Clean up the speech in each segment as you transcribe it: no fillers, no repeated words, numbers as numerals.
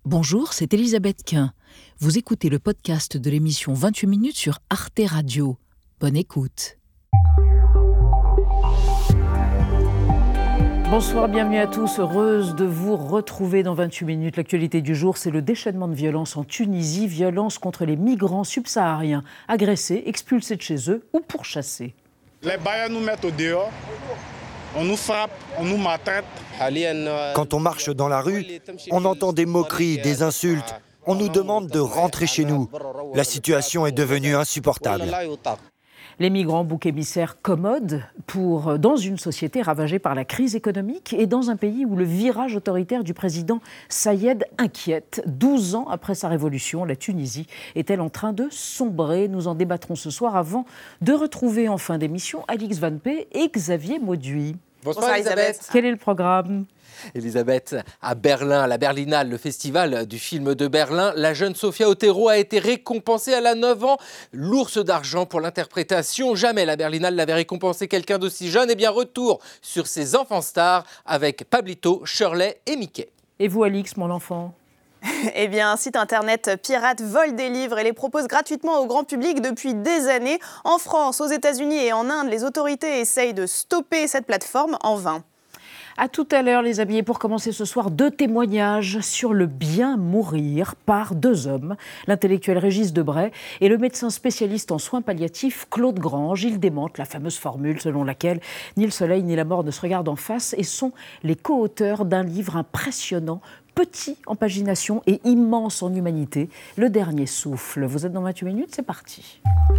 Bonjour, c'est Elisabeth Quint. Vous écoutez le podcast de l'émission 28 minutes sur Arte Radio. Bonne écoute. Bonsoir, bienvenue à tous. Heureuse de vous retrouver dans 28 minutes. L'actualité du jour, c'est le déchaînement de violence en Tunisie. Violence contre les migrants subsahariens, agressés, expulsés de chez eux ou pourchassés. Les bailleurs nous mettent au dehors, on nous frappe, on nous maltraite. Quand on marche dans la rue, on entend des moqueries, des insultes. On nous demande de rentrer chez nous. La situation est devenue insupportable. Les migrants, bouc émissaires commodes dans une société ravagée par la crise économique et dans un pays où le virage autoritaire du président Sayed inquiète. 12 ans après sa révolution, la Tunisie est-elle en train de sombrer ? Nous en débattrons ce soir avant de retrouver en fin d'émission Alix Van P et Xavier Mauduit. Bonsoir Elisabeth. Quel est le programme ? Elisabeth, à Berlin, à la Berlinale, le festival du film de Berlin, la jeune Sofia Otero a été récompensée. Elle a 9 ans, l'ours d'argent pour l'interprétation. Jamais la Berlinale n'avait récompensé quelqu'un d'aussi jeune. Eh bien, retour sur ses enfants stars avec Pablito, Shirley et Mickey. Et vous, Alix, mon enfant ? Eh bien, un site internet pirate vole des livres et les propose gratuitement au grand public depuis des années. En France, aux États-Unis et en Inde, les autorités essayent de stopper cette plateforme en vain. À tout à l'heure, les amis. Et pour commencer ce soir, 2 témoignages sur le bien mourir par 2 hommes, l'intellectuel Régis Debray et le médecin spécialiste en soins palliatifs Claude Grange. Ils démentent la fameuse formule selon laquelle ni le soleil ni la mort ne se regardent en face et sont les co-auteurs d'un livre impressionnant, petit en pagination et immense en humanité, Le Dernier Souffle. Vous êtes dans 28 minutes, c'est parti.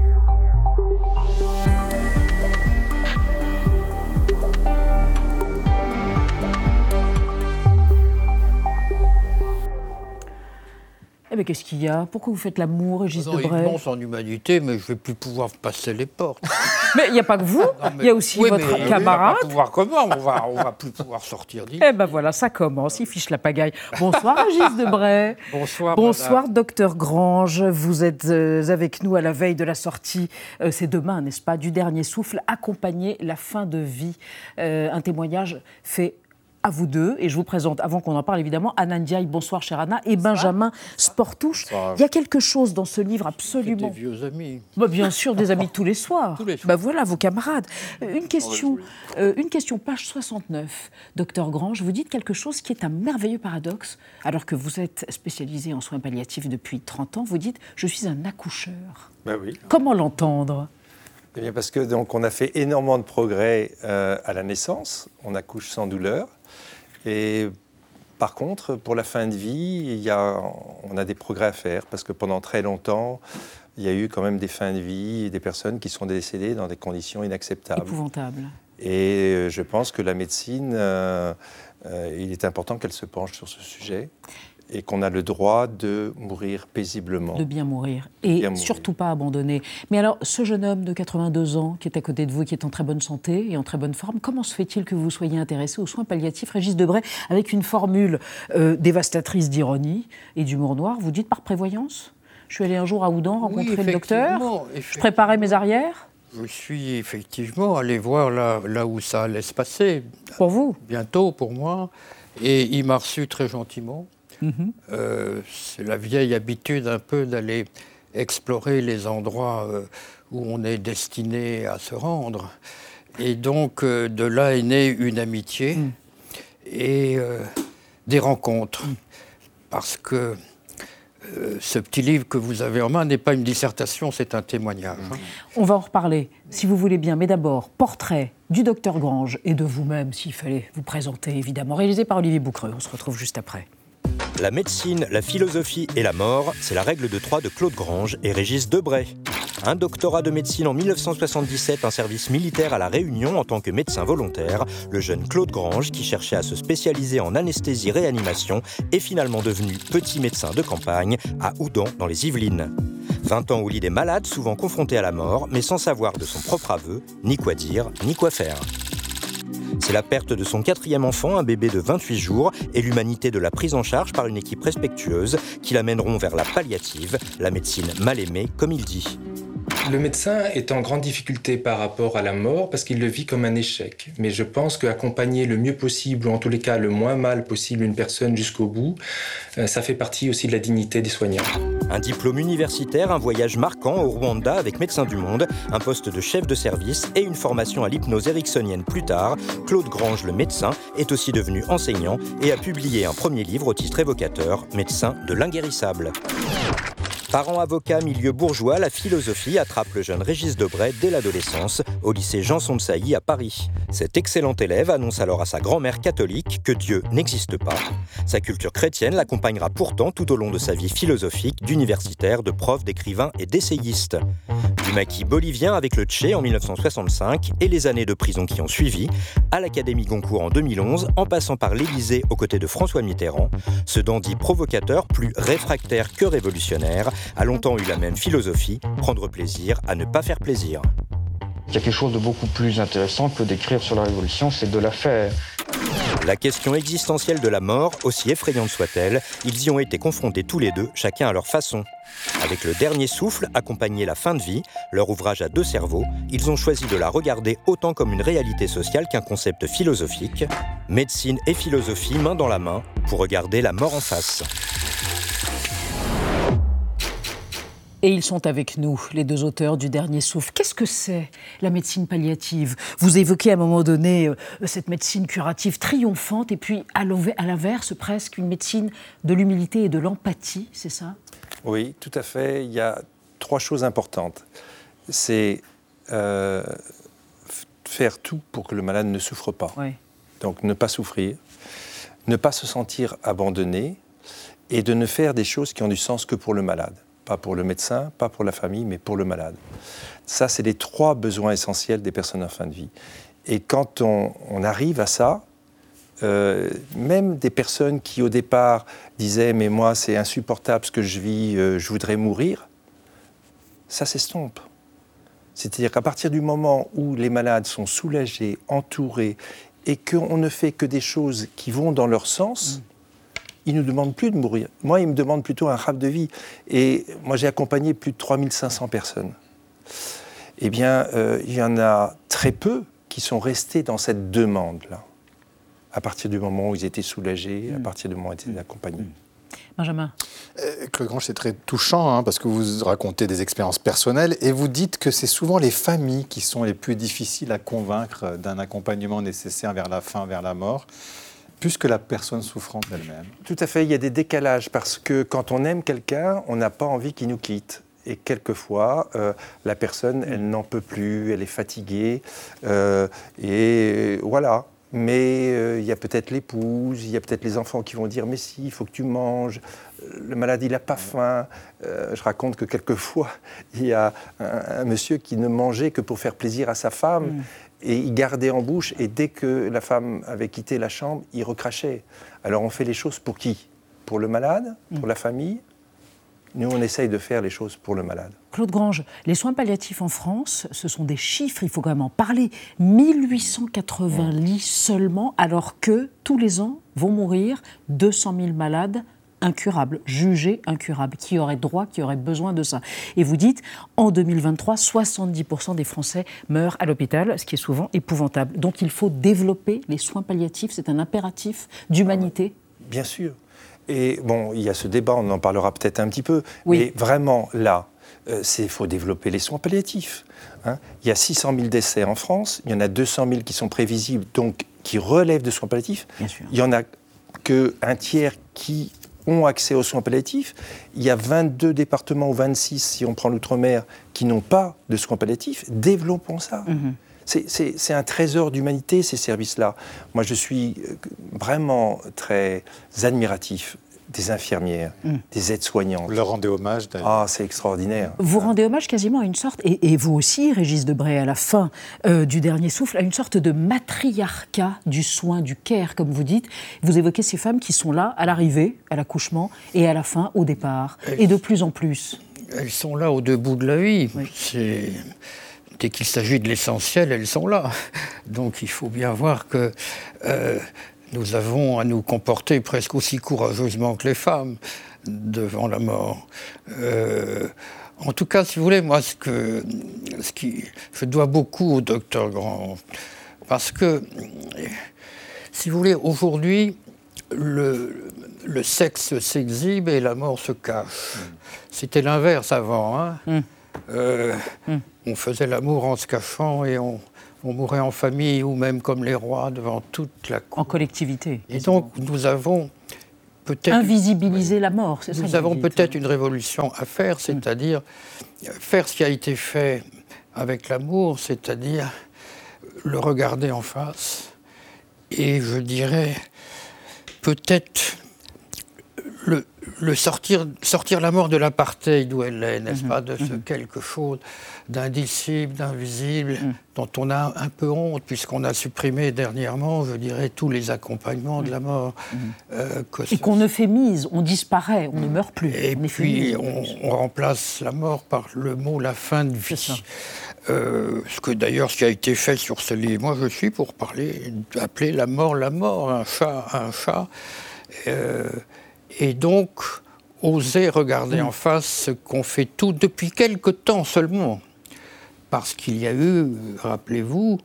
Eh bien, qu'est-ce qu'il y a ? Pourquoi vous faites l'amour, Régis Debray ? Immense en humanité, mais je ne vais plus pouvoir passer les portes. Mais il n'y a pas que vous, il y a aussi votre camarade. On va pouvoir comment ? On va plus pouvoir sortir d'ici. Eh bien voilà, ça commence, il fiche la pagaille. Bonsoir Régis Debray. Bonsoir Docteur Grange. Vous êtes avec nous à la veille de la sortie, c'est demain, n'est-ce pas, du Dernier Souffle, Accompagner la fin de vie. Un témoignage fait à vous deux, et je vous présente, avant qu'on en parle évidemment, Anna Ndiaye, bonsoir chère Anna, et Benjamin Sportouche. Il y a quelque chose dans ce livre absolument... Des vieux amis. Bah, bien sûr, des amis tous les soirs. Tous les soirs. Bah, voilà, vos camarades. Une question, page 69. Docteur Grange, vous dites quelque chose qui est un merveilleux paradoxe, alors que vous êtes spécialisé en soins palliatifs depuis 30 ans, vous dites « je suis un accoucheur ». Ben oui. Comment l'entendre ? Eh bien parce que donc, on a fait énormément de progrès à la naissance, on accouche sans douleur. Et par contre, pour la fin de vie, on a des progrès à faire parce que pendant très longtemps, il y a eu quand même des fins de vie et des personnes qui sont décédées dans des conditions inacceptables. Épouvantable. Et je pense que la médecine, il est important qu'elle se penche sur ce sujet et qu'on a le droit de mourir paisiblement. De bien mourir. Et surtout pas abandonner. Mais alors, ce jeune homme de 82 ans qui est à côté de vous, qui est en très bonne santé et en très bonne forme, comment se fait-il que vous soyez intéressé aux soins palliatifs, Régis Debray, avec une formule dévastatrice d'ironie et d'humour noir ? Vous dites par prévoyance ? Je suis allé un jour à Oudan rencontrer le docteur, je préparais mes arrières. Je suis effectivement allé voir là où ça allait se passer. Pour vous ? Bientôt, pour moi. Et il m'a reçu très gentiment. C'est la vieille habitude un peu d'aller explorer les endroits où on est destiné à se rendre. Et donc, de là est née une amitié et des rencontres. Parce que ce petit livre que vous avez en main n'est pas une dissertation, c'est un témoignage. On va en reparler, si vous voulez bien. Mais d'abord, portrait du docteur Grange et de vous-même, s'il fallait vous présenter, évidemment. Réalisé par Olivier Boucreux. On se retrouve juste après. La médecine, la philosophie et la mort, c'est la règle de 3 de Claude Grange et Régis Debray. Un doctorat de médecine en 1977, un service militaire à La Réunion en tant que médecin volontaire, le jeune Claude Grange, qui cherchait à se spécialiser en anesthésie-réanimation, est finalement devenu petit médecin de campagne à Oudan, dans les Yvelines. 20 ans au lit des malades, souvent confrontés à la mort, mais sans savoir de son propre aveu, ni quoi dire, ni quoi faire. C'est la perte de son 4e enfant, un bébé de 28 jours, et l'humanité de la prise en charge par une équipe respectueuse qui l'amèneront vers la palliative, la médecine mal aimée, comme il dit. Le médecin est en grande difficulté par rapport à la mort parce qu'il le vit comme un échec. Mais je pense qu'accompagner le mieux possible, ou en tous les cas le moins mal possible une personne jusqu'au bout, ça fait partie aussi de la dignité des soignants. Un diplôme universitaire, un voyage marquant au Rwanda avec Médecins du Monde, un poste de chef de service et une formation à l'hypnose ericksonienne plus tard, Claude Grange, le médecin, est aussi devenu enseignant et a publié un premier livre au titre évocateur, Médecin de l'inguérissable. Parents avocats, milieu bourgeois, la philosophie attrape le jeune Régis Debray dès l'adolescence, au lycée Janson de Sailly à Paris. Cet excellent élève annonce alors à sa grand-mère catholique que Dieu n'existe pas. Sa culture chrétienne l'accompagnera pourtant tout au long de sa vie philosophique, d'universitaire, de prof, d'écrivain et d'essayiste. Du maquis bolivien avec le Tché en 1965 et les années de prison qui ont suivi, à l'Académie Goncourt en 2011, en passant par l'Élysée aux côtés de François Mitterrand, ce dandy provocateur, plus réfractaire que révolutionnaire, a longtemps eu la même philosophie, prendre plaisir à ne pas faire plaisir. Il y a quelque chose de beaucoup plus intéressant que d'écrire sur la Révolution, c'est de la faire. La question existentielle de la mort, aussi effrayante soit-elle, ils y ont été confrontés tous les deux, chacun à leur façon. Avec Le Dernier Souffle, accompagné La Fin de Vie, leur ouvrage à deux cerveaux, ils ont choisi de la regarder autant comme une réalité sociale qu'un concept philosophique. Médecine et philosophie main dans la main, pour regarder la mort en face. Et ils sont avec nous, les deux auteurs du Dernier Souffle. Qu'est-ce que c'est, la médecine palliative ? Vous évoquez à un moment donné cette médecine curative triomphante, et puis à l'inverse, presque une médecine de l'humilité et de l'empathie, c'est ça ? Oui, tout à fait. Il y a 3 choses importantes. C'est faire tout pour que le malade ne souffre pas. Oui. Donc ne pas souffrir, ne pas se sentir abandonné, et de ne faire des choses qui ont du sens que pour le malade. Pas pour le médecin, pas pour la famille, mais pour le malade. Ça, c'est les 3 besoins essentiels des personnes en fin de vie. Et quand on arrive à ça, même des personnes qui, au départ, disaient « mais moi, c'est insupportable ce que je vis, je voudrais mourir », ça s'estompe. C'est-à-dire qu'à partir du moment où les malades sont soulagés, entourés, et qu'on ne fait que des choses qui vont dans leur sens, ils ne nous demandent plus de mourir. Moi, ils me demandent plutôt un rap de vie. Et moi, j'ai accompagné plus de 3500 personnes. Eh bien, il y en a très peu qui sont restés dans cette demande-là. À partir du moment où ils étaient soulagés, à partir du moment où ils étaient accompagnés. Benjamin. Claude Grange, c'est très touchant, parce que vous racontez des expériences personnelles et vous dites que c'est souvent les familles qui sont les plus difficiles à convaincre d'un accompagnement nécessaire vers la fin, vers la mort, plus que la personne souffrante elle-même. Tout à fait, il y a des décalages parce que quand on aime quelqu'un, on n'a pas envie qu'il nous quitte. Et quelquefois, la personne, elle n'en peut plus, elle est fatiguée, et voilà. Mais il y a peut-être l'épouse, il y a peut-être les enfants qui vont dire « mais si, il faut que tu manges ». Le malade, il n'a pas faim. Je raconte que quelquefois, il y a un monsieur qui ne mangeait que pour faire plaisir à sa femme. Et il gardait en bouche, et dès que la femme avait quitté la chambre, il recrachait. Alors on fait les choses pour qui ? Pour le malade ? Pour la famille ? Nous, on essaye de faire les choses pour le malade. Claude Grange, les soins palliatifs en France, ce sont des chiffres, il faut quand même en parler. 1880 lits seulement, alors que tous les ans vont mourir 200 000 malades incurables, jugés incurables, qui auraient droit, qui auraient besoin de ça. Et vous dites, en 2023, 70% des Français meurent à l'hôpital, ce qui est souvent épouvantable. Donc il faut développer les soins palliatifs, c'est un impératif d'humanité. Bien sûr. Et bon, il y a ce débat, on en parlera peut-être un petit peu, oui. Mais vraiment, là, il faut développer les soins palliatifs. Il y a 600 000 décès en France, il y en a 200 000 qui sont prévisibles, donc qui relèvent de soins palliatifs. Bien sûr. Il n'y en a qu'un tiers qui ont accès aux soins palliatifs. Il y a 22 départements ou 26, si on prend l'outre-mer, qui n'ont pas de soins palliatifs. Développons ça. C'est un trésor d'humanité, ces services-là. Moi, je suis vraiment très admiratif des infirmières, des aides-soignantes. Vous leur rendez hommage, d'ailleurs. Ah, c'est extraordinaire. Vous rendez hommage quasiment à une sorte, et vous aussi, Régis Debray, à la fin du Dernier Souffle, à une sorte de matriarcat du soin, du care, comme vous dites. Vous évoquez ces femmes qui sont là, à l'arrivée, à l'accouchement, et à la fin, au départ, et de plus en plus. Elles sont là au debout de la vie. Oui. Dès qu'il s'agit de l'essentiel, elles sont là. Donc il faut bien voir que nous avons à nous comporter presque aussi courageusement que les femmes devant la mort. En tout cas, si vous voulez, moi, je dois beaucoup au docteur Grand. Parce que, si vous voulez, aujourd'hui, le sexe s'exhibe et la mort se cache. C'était l'inverse avant. Hein. On faisait l'amour en se cachant et on mourait en famille ou même comme les rois devant toute la cour. En collectivité. Et donc, nous avons peut-être... Invisibiliser la mort, c'est ça. Nous avons peut-être une révolution à faire, c'est-à-dire faire ce qui a été fait avec l'amour, c'est-à-dire le regarder en face et, je dirais, peut-être sortir la mort de l'apartheid d'où elle est, n'est-ce pas, de ce quelque chose d'indicible, d'invisible, dont on a un peu honte, puisqu'on a supprimé dernièrement, je dirais, tous les accompagnements de la mort. Et qu'on euphémise, on disparaît, on ne meurt plus. Et puis, on remplace la mort par le mot « la fin de vie ». Ce qui a été fait sur ce livre. Moi, je suis pour appeler la mort, un chat. Et donc, oser regarder en face ce qu'on fait tout depuis quelque temps seulement. Parce qu'il y a eu, rappelez-vous,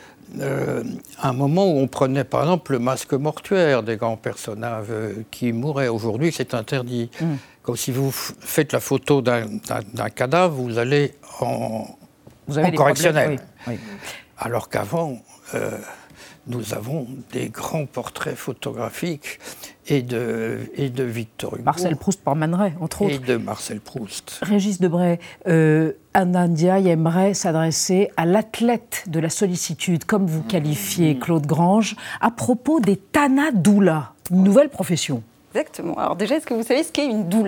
un moment où on prenait par exemple le masque mortuaire des grands personnages qui mouraient. Aujourd'hui, c'est interdit. Comme si vous faites la photo d'un cadavre, vous allez en correctionnel. Oui. Alors qu'avant, nous avons des grands portraits photographiques et de Victor Hugo. Marcel Proust par Man Ray, entre autres. Et de Marcel Proust. Régis Debray, Anna Ndiaye aimerait s'adresser à l'athlète de la sollicitude, comme vous qualifiez Claude Grange, à propos des Tana Doula, une nouvelle profession. Exactement. Alors déjà, est-ce que vous savez ce qu'est une doula ?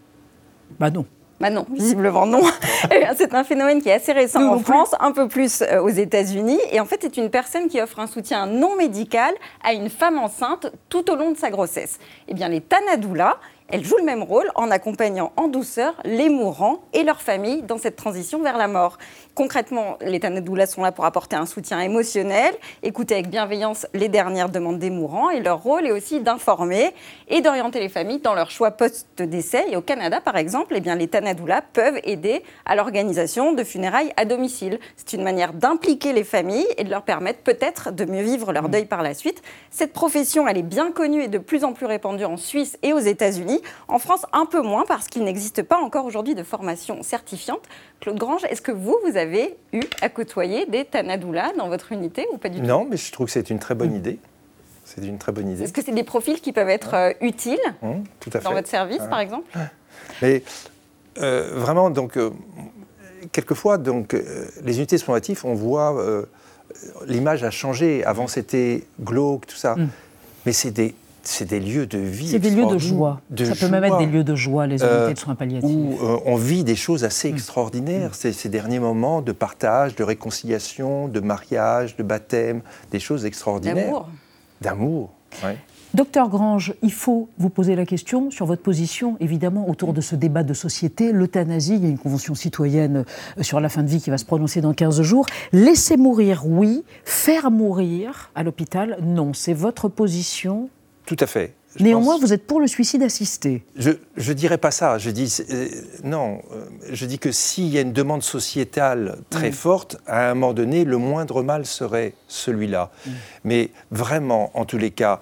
Bah non. Bah non, visiblement non. C'est un phénomène qui est assez récent en France, un peu plus aux États-Unis. Et en fait, c'est une personne qui offre un soutien non médical à une femme enceinte tout au long de sa grossesse. Eh bien, les Tana Doula, elles jouent le même rôle en accompagnant en douceur les mourants et leurs familles dans cette transition vers la mort. Concrètement, les Tana Doula sont là pour apporter un soutien émotionnel, écouter avec bienveillance les dernières demandes des mourants, et leur rôle est aussi d'informer et d'orienter les familles dans leur choix post-décès. Et au Canada, par exemple, eh bien, les Tana Doula peuvent aider à l'organisation de funérailles à domicile. C'est une manière d'impliquer les familles et de leur permettre peut-être de mieux vivre leur deuil par la suite. Cette profession, elle est bien connue et de plus en plus répandue en Suisse et aux États-Unis. En France, un peu moins, parce qu'il n'existe pas encore aujourd'hui de formation certifiante. Claude Grange, est-ce que vous avez eu à côtoyer des Tana Doula dans votre unité ou pas du tout ? Non, mais je trouve que c'est une très bonne idée. C'est une très bonne idée. Est-ce que c'est des profils qui peuvent être utiles tout à fait. Dans votre service, par exemple ? Mais vraiment, donc, quelquefois, donc, les unités soignatives, on voit l'image a changé. Avant, c'était glauque, tout ça. Mais c'est des lieux de vie. C'est des lieux de joie. Ça peut même être des lieux de joie, les unités de soins palliatifs. Où on vit des choses assez extraordinaires. Ces derniers moments de partage, de réconciliation, de mariage, de baptême, des choses extraordinaires. D'amour. Ouais. Docteur Grange, il faut vous poser la question sur votre position, évidemment, autour de ce débat de société. L'euthanasie, il y a une convention citoyenne sur la fin de vie qui va se prononcer dans 15 jours. Laisser mourir, oui. Faire mourir à l'hôpital, non. C'est votre position ? Tout à fait. Néanmoins, vous êtes pour le suicide assisté. Je ne dirais pas ça. Je dis non. Je dis que s'il y a une demande sociétale très forte, à un moment donné, le moindre mal serait celui-là. Mais vraiment, en tous les cas,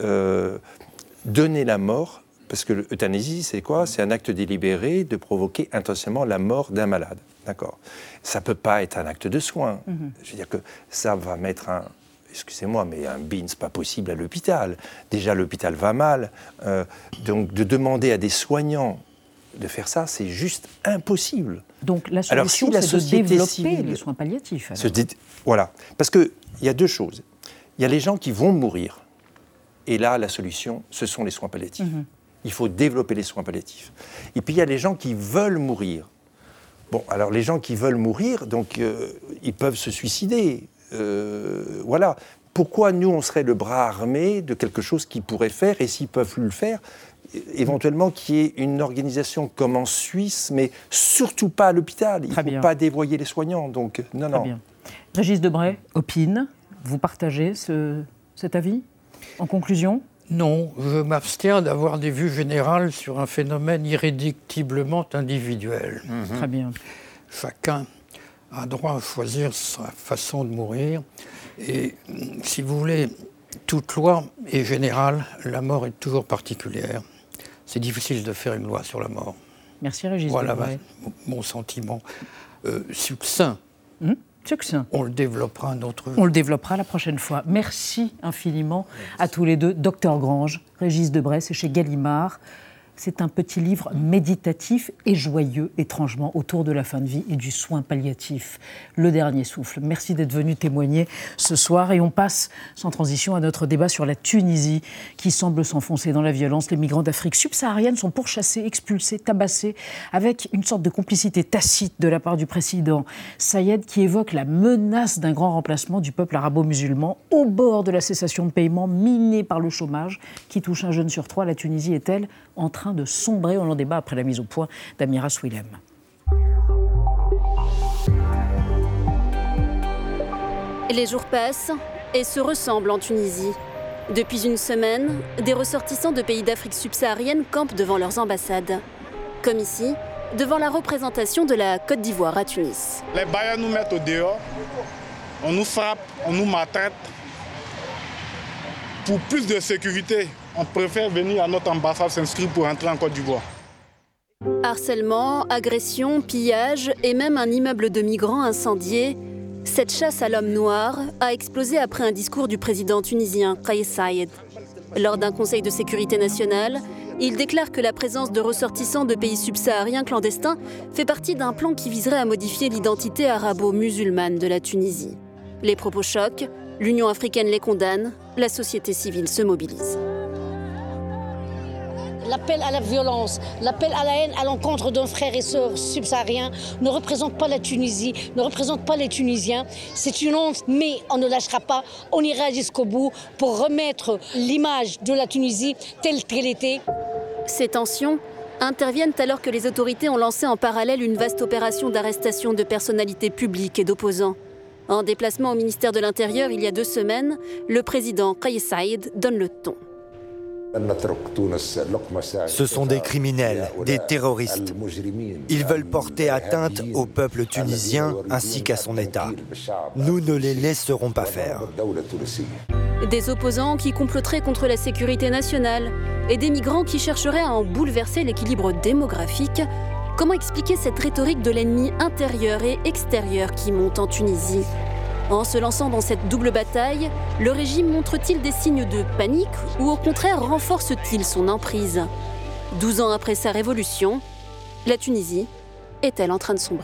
donner la mort, parce que l'euthanasie, c'est quoi ? C'est un acte délibéré de provoquer intentionnellement la mort d'un malade. D'accord ? Ça ne peut pas être un acte de soin. Je veux dire que ça va mettre un... Excusez-moi, mais un BIN, c'est pas possible à l'hôpital. Déjà, l'hôpital va mal. Donc, de demander à des soignants de faire ça, c'est juste impossible. Donc, la solution, c'est de développer les soins palliatifs. Voilà. Parce qu'il y a deux choses. Il y a les gens qui vont mourir. Et là, la solution, ce sont les soins palliatifs. Il faut développer les soins palliatifs. Et puis, il y a les gens qui veulent mourir. Bon, alors, les gens qui veulent mourir, donc, ils peuvent se suicider. Voilà. Pourquoi nous, on serait le bras armé de quelque chose qu'ils pourraient faire, et s'ils peuvent le faire, éventuellement qu'il y ait une organisation comme en Suisse, mais surtout pas à l'hôpital. Il ne faut pas dévoyer les soignants. Donc, non, non. Bien. Régis Debray opine. Vous partagez cet avis ? En conclusion ? Non, je m'abstiens d'avoir des vues générales sur un phénomène irréductiblement individuel. Très bien. Chacun a droit à choisir sa façon de mourir. Et si vous voulez, toute loi est générale, la mort est toujours particulière. C'est difficile de faire une loi sur la mort. Merci Régis. Voilà mon sentiment succinct. Succinct. On le développera un autre jour. On le développera la prochaine fois. Merci infiniment à tous les deux. Docteur Grange, Régis Debray, c'est chez Gallimard. C'est un petit livre méditatif et joyeux, étrangement, autour de la fin de vie et du soin palliatif. Le dernier souffle. Merci d'être venu témoigner ce soir. Et on passe sans transition à notre débat sur la Tunisie, qui semble s'enfoncer dans la violence. Les migrants d'Afrique subsaharienne sont pourchassés, expulsés, tabassés, avec une sorte de complicité tacite de la part du président Sayed, qui évoque la menace d'un grand remplacement du peuple arabo-musulman au bord de la cessation de paiement, minée par le chômage, qui touche un jeune sur 3. La Tunisie est-elle en train de sombrer? On en débat après la mise au point d'Amira Swilem. Les jours passent et se ressemblent en Tunisie. Depuis une semaine, des ressortissants de pays d'Afrique subsaharienne campent devant leurs ambassades. Comme ici, devant la représentation de la Côte d'Ivoire à Tunis. Les bailleurs nous mettent au dehors, on nous frappe, on nous maltraite. Pour plus de sécurité, on préfère venir à notre ambassade s'inscrire pour entrer en Côte d'Ivoire. Harcèlement, agression, pillage et même un immeuble de migrants incendié. Cette chasse à l'homme noir a explosé après un discours du président tunisien Kais Saied. Lors d'un conseil de sécurité nationale, il déclare que la présence de ressortissants de pays subsahariens clandestins fait partie d'un plan qui viserait à modifier l'identité arabo-musulmane de la Tunisie. Les propos choquent, l'Union africaine les condamne, la société civile se mobilise. L'appel à la violence, l'appel à la haine à l'encontre d'un frère et sœur subsahariens ne représente pas la Tunisie, ne représente pas les Tunisiens. C'est une honte, mais on ne lâchera pas. On ira jusqu'au bout pour remettre l'image de la Tunisie telle qu'elle était. Ces tensions interviennent alors que les autorités ont lancé en parallèle une vaste opération d'arrestation de personnalités publiques et d'opposants. En déplacement au ministère de l'Intérieur il y a 2 semaines, le président Kais Saied donne le ton. Ce sont des criminels, des terroristes. Ils veulent porter atteinte au peuple tunisien ainsi qu'à son État. Nous ne les laisserons pas faire. Des opposants qui comploteraient contre la sécurité nationale et des migrants qui chercheraient à en bouleverser l'équilibre démographique. Comment expliquer cette rhétorique de l'ennemi intérieur et extérieur qui monte en Tunisie ? En se lançant dans cette double bataille, le régime montre-t-il des signes de panique ou au contraire renforce-t-il son emprise ? 12 ans après sa révolution, la Tunisie est-elle en train de sombrer ?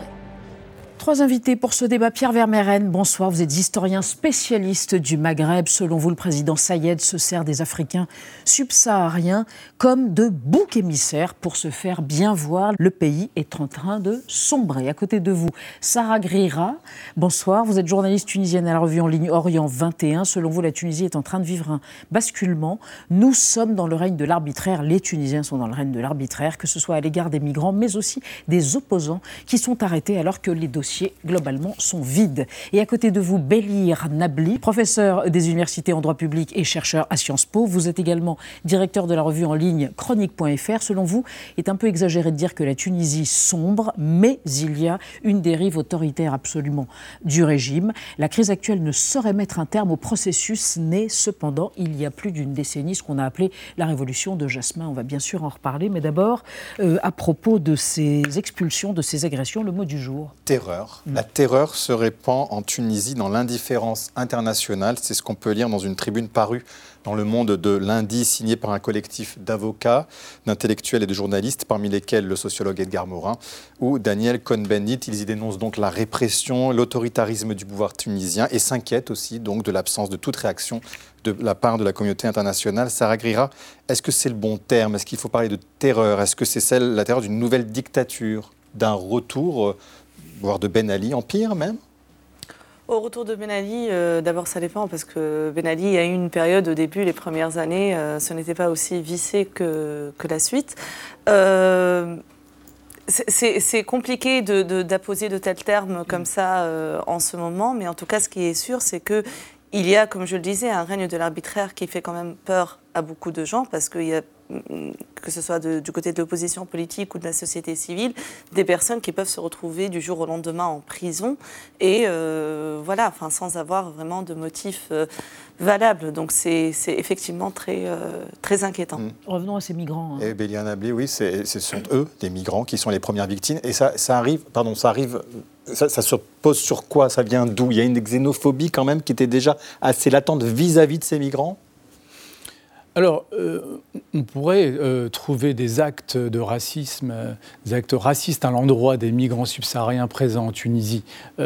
3 invités pour ce débat. Pierre Vermeyren, bonsoir. Vous êtes historien spécialiste du Maghreb. Selon vous, le président Sayed se sert des Africains subsahariens comme de boucs émissaires pour se faire bien voir. Le pays est en train de sombrer. À côté de vous, Sarah Grira, bonsoir. Vous êtes journaliste tunisienne à la revue en ligne Orient 21. Selon vous, la Tunisie est en train de vivre un basculement. Nous sommes dans le règne de l'arbitraire. Les Tunisiens sont dans le règne de l'arbitraire, que ce soit à l'égard des migrants, mais aussi des opposants qui sont arrêtés alors que les dossiers globalement sont vides. Et à côté de vous, Bélir Nabli, professeur des universités en droit public et chercheur à Sciences Po. Vous êtes également directeur de la revue en ligne Chronique.fr. Selon vous, il est un peu exagéré de dire que la Tunisie sombre, mais il y a une dérive autoritaire absolument du régime. La crise actuelle ne saurait mettre un terme au processus né cependant il y a plus d'une décennie, ce qu'on a appelé la révolution de Jasmin. On va bien sûr en reparler, mais d'abord, à propos de ces expulsions, de ces agressions, le mot du jour. Terreur. La terreur se répand en Tunisie dans l'indifférence internationale. C'est ce qu'on peut lire dans une tribune parue dans Le Monde de lundi, signée par un collectif d'avocats, d'intellectuels et de journalistes, parmi lesquels le sociologue Edgar Morin ou Daniel Cohn-Bendit. Ils y dénoncent donc la répression, l'autoritarisme du pouvoir tunisien et s'inquiètent aussi donc de l'absence de toute réaction de la part de la communauté internationale. Sarah Grira, est-ce que c'est le bon terme ? Est-ce qu'il faut parler de terreur ? Est-ce que c'est la terreur d'une nouvelle dictature, d'un retour voire de Ben Ali, empire même ? Au retour de Ben Ali, d'abord ça dépend parce que Ben Ali a eu une période au début, les premières années, ce n'était pas aussi vissé que la suite. C'est compliqué d'apposer de tels termes comme ça en ce moment, mais en tout cas ce qui est sûr c'est que il y a, comme je le disais, un règne de l'arbitraire qui fait quand même peur à beaucoup de gens parce qu'il y a, que ce soit du côté de l'opposition politique ou de la société civile, des personnes qui peuvent se retrouver du jour au lendemain en prison et sans avoir vraiment de motifs valables. Donc c'est effectivement très inquiétant. Revenons à ces migrants. Et Béliane Ablé, oui, ce sont eux, des migrants, qui sont les premières victimes. Et ça se pose sur quoi? Ça vient d'où? Il y a une xénophobie quand même qui était déjà assez latente vis-à-vis de ces migrants? Alors, on pourrait trouver des actes de racisme, des actes racistes à l'endroit des migrants subsahariens présents en Tunisie.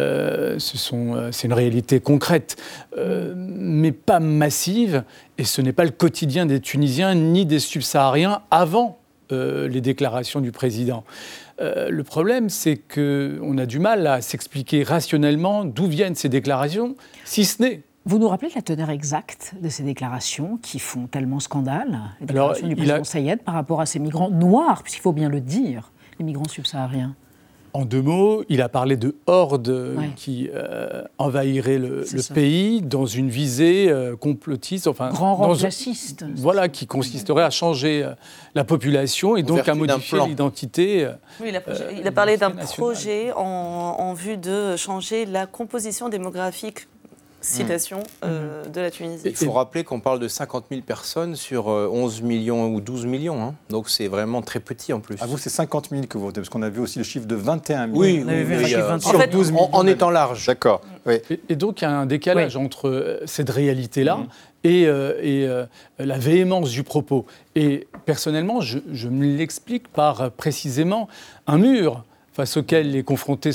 C'est une réalité concrète, mais pas massive, et ce n'est pas le quotidien des Tunisiens ni des subsahariens avant les déclarations du président. Le problème, c'est qu'on a du mal à s'expliquer rationnellement d'où viennent ces déclarations, si ce n'est... Vous nous rappelez la teneur exacte de ces déclarations qui font tellement scandale, les déclarations du président Sayed par rapport à ces migrants noirs, puisqu'il faut bien le dire, les migrants subsahariens? En 2 mots, il a parlé de hordes qui envahiraient le pays dans une visée complotiste, grand remplaciste. Voilà, qui consisterait à changer la population et donc à modifier l'identité. Oui, il a parlé d'un projet en vue de changer la composition démographique de la Tunisie. Il faut rappeler qu'on parle de 50 000 personnes sur 11 millions ou 12 millions. Hein. Donc c'est vraiment très petit en plus. À vous, c'est 50 000 que vous votez, parce qu'on a vu aussi le chiffre de 21 000. Oui, sur 12 millions. En étant large. D'accord. Oui. Et donc il y a un décalage entre cette réalité-là et la véhémence du propos. Et personnellement, je me l'explique par précisément un mur face auquel est confronté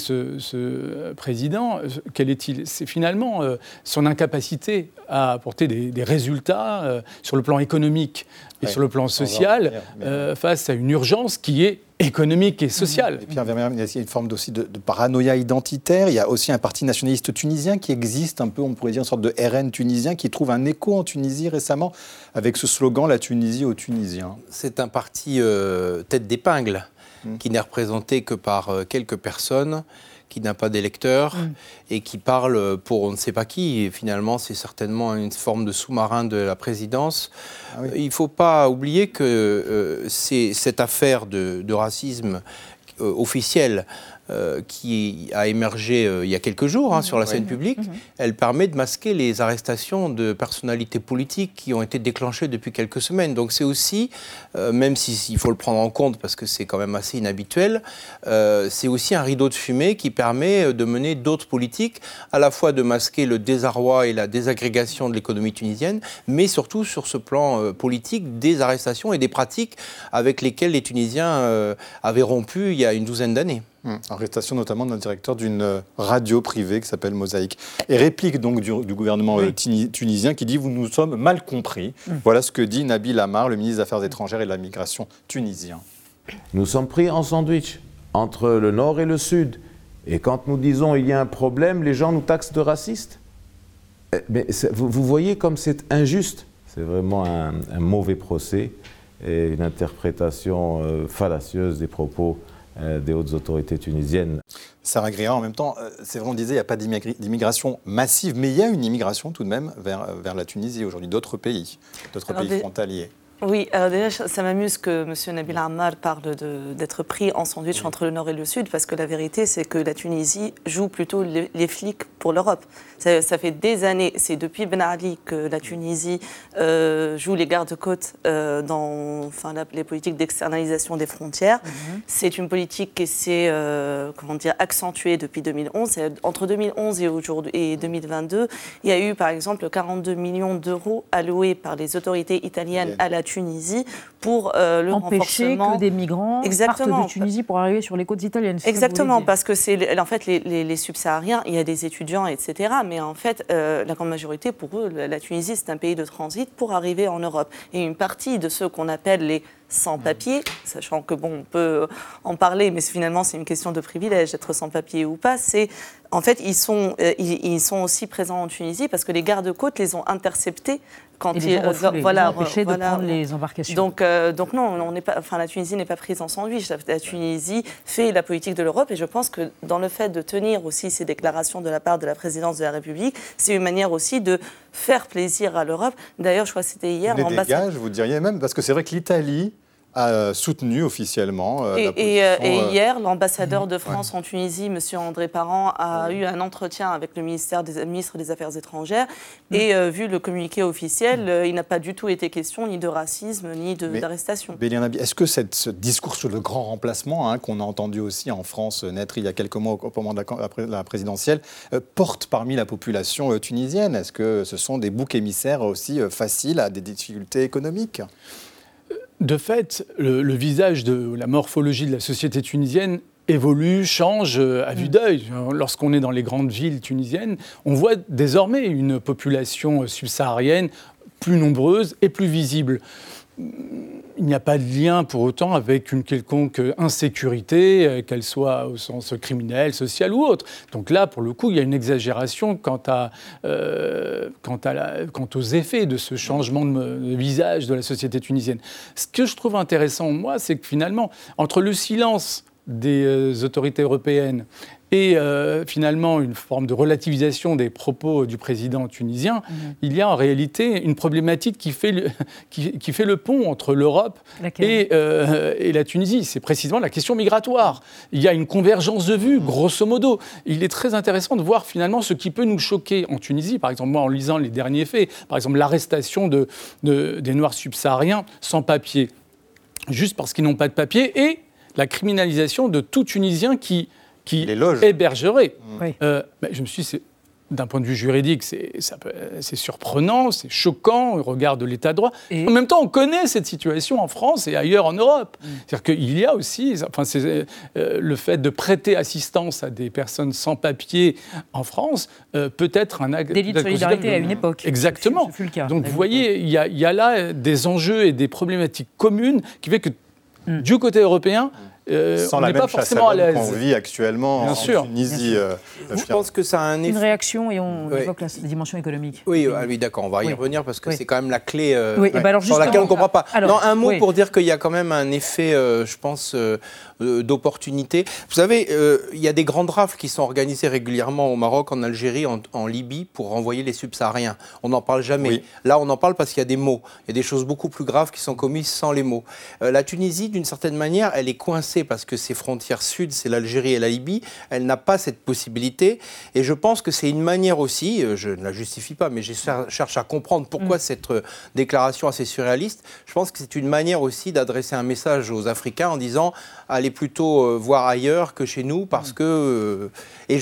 ce président. Quel est-il? C'est finalement son incapacité à apporter des résultats sur le plan économique et sur le plan social face à une urgence qui est économique et sociale. Et Pierre Vermeer, il y a une forme aussi de paranoïa identitaire. Il y a aussi un parti nationaliste tunisien qui existe un peu, on pourrait dire, une sorte de RN tunisien qui trouve un écho en Tunisie récemment avec ce slogan « La Tunisie aux Tunisiens ». C'est un parti tête d'épingle qui n'est représenté que par quelques personnes, qui n'a pas d'électeurs et qui parle pour on ne sait pas qui. Et finalement, c'est certainement une forme de sous-marin de la présidence. Il ne faut pas oublier que c'est cette affaire de racisme officiel qui a émergé il y a quelques jours sur la scène publique, elle permet de masquer les arrestations de personnalités politiques qui ont été déclenchées depuis quelques semaines. Donc c'est aussi, même s'il faut le prendre en compte parce que c'est quand même assez inhabituel, c'est aussi un rideau de fumée qui permet de mener d'autres politiques, à la fois de masquer le désarroi et la désagrégation de l'économie tunisienne, mais surtout sur ce plan politique, des arrestations et des pratiques avec lesquelles les Tunisiens avaient rompu il y a une douzaine d'années. Arrestation notamment d'un directeur d'une radio privée qui s'appelle Mosaïque. Et réplique donc du gouvernement tunisien qui dit « Vous nous sommes mal compris ». Voilà ce que dit Nabil Amar, le ministre des Affaires étrangères et de la migration tunisien. Nous sommes pris en sandwich entre le nord et le sud. Et quand nous disons il y a un problème, les gens nous taxent de racistes. Mais vous voyez comme c'est injuste. C'est vraiment un mauvais procès et une interprétation fallacieuse des propos des hautes autorités tunisiennes. Sarah Gréa, en même temps, c'est vrai, on disait qu'il n'y a pas d'immigration massive, mais il y a une immigration tout de même vers la Tunisie aujourd'hui, d'autres pays frontaliers. Oui, alors déjà, ça m'amuse que M. Nabil Ammar parle d'être pris en sandwich entre le Nord et le Sud, parce que la vérité, c'est que la Tunisie joue plutôt les flics pour l'Europe. Ça fait des années, c'est depuis Ben Ali que la Tunisie joue les gardes-côtes dans les politiques d'externalisation des frontières. C'est une politique qui s'est accentuée depuis 2011. Entre 2011 et 2022, il y a eu par exemple 42 millions d'euros alloués par les autorités italiennes à la Tunisie pour le empêcher renforcement... que des migrants partent de Tunisie pour arriver sur les côtes italiennes. Exactement, parce que c'est en fait les subsahariens, il y a des étudiants, etc. Mais en fait, la grande majorité, pour eux, la Tunisie, c'est un pays de transit pour arriver en Europe. Et une partie de ceux qu'on appelle les sans papier, sachant que bon, on peut en parler, mais finalement c'est une question de privilège d'être sans papier ou pas. En fait, ils sont aussi présents en Tunisie parce que les gardes-côtes les ont interceptés quand ils ont empêché de prendre les embarcations. Donc non, on n'est pas, enfin la Tunisie n'est pas prise en sandwich. La Tunisie fait la politique de l'Europe et je pense que dans le fait de tenir aussi ces déclarations de la part de la présidence de la République, c'est une manière aussi de faire plaisir à l'Europe. D'ailleurs, je crois que c'était hier. Les dégage, vous diriez même, parce que c'est vrai que l'Italie a soutenu officiellement la position. Et hier, l'ambassadeur de France en Tunisie, M. André Parent, a eu un entretien avec le ministre des Affaires étrangères et vu le communiqué officiel, il n'a pas du tout été question ni de racisme ni d'arrestation. Bélian Nabi, est-ce que ce discours sur le grand remplacement, qu'on a entendu aussi en France naître il y a quelques mois au moment de la présidentielle, porte parmi la population tunisienne? Est-ce que ce sont des boucs émissaires aussi faciles à des difficultés économiques? De fait, le visage de la morphologie de la société tunisienne évolue, change à vue d'œil. Lorsqu'on est dans les grandes villes tunisiennes, on voit désormais une population subsaharienne plus nombreuse et plus visible. Il n'y a pas de lien pour autant avec une quelconque insécurité, qu'elle soit au sens criminel, social ou autre. Donc là, pour le coup, il y a une exagération quant aux effets de ce changement de visage de la société tunisienne. Ce que je trouve intéressant, moi, c'est que finalement, entre le silence des autorités européennes et finalement une forme de relativisation des propos du président tunisien, il y a en réalité une problématique qui fait le pont entre l'Europe et la Tunisie. C'est précisément la question migratoire. Il y a une convergence de vues, grosso modo. Il est très intéressant de voir finalement ce qui peut nous choquer en Tunisie. Par exemple, moi, en lisant les derniers faits, par exemple l'arrestation des Noirs subsahariens sans papier, juste parce qu'ils n'ont pas de papier, et la criminalisation de tout Tunisien qui hébergerait. Oui. Je me suis dit, d'un point de vue juridique, c'est surprenant, c'est choquant au regard de l'état de droit. Et en même temps, on connaît cette situation en France et ailleurs en Europe. C'est-à-dire qu'il y a aussi le fait de prêter assistance à des personnes sans papier en France peut être un acte... Délit de solidarité à une époque. Exactement. Ce fut le cas. Donc vous voyez, il y a là des enjeux et des problématiques communes qui fait que du côté européen, on n'est pas forcément à l'aise. Qu'on vit actuellement en Tunisie. Je pense que ça a un effet. Une réaction et on évoque la dimension économique. Oui, d'accord, on va y revenir parce que c'est quand même la clé sur laquelle on ne comprend pas. Alors, un mot pour dire qu'il y a quand même un effet, je pense, d'opportunité. Vous savez, il y a des grandes rafles qui sont organisées régulièrement au Maroc, en Algérie, en Libye, pour renvoyer les subsahariens. On n'en parle jamais. Oui. Là, on en parle parce qu'il y a des mots. Il y a des choses beaucoup plus graves qui sont commises sans les mots. La Tunisie, d'une certaine manière, elle est coincée parce que ses frontières sud, c'est l'Algérie et la Libye. Elle n'a pas cette possibilité. Et je pense que c'est une manière aussi, je ne la justifie pas, mais je cherche à comprendre pourquoi cette déclaration assez surréaliste. Je pense que c'est une manière aussi d'adresser un message aux Africains en disant allez plutôt voir ailleurs que chez nous, parce que...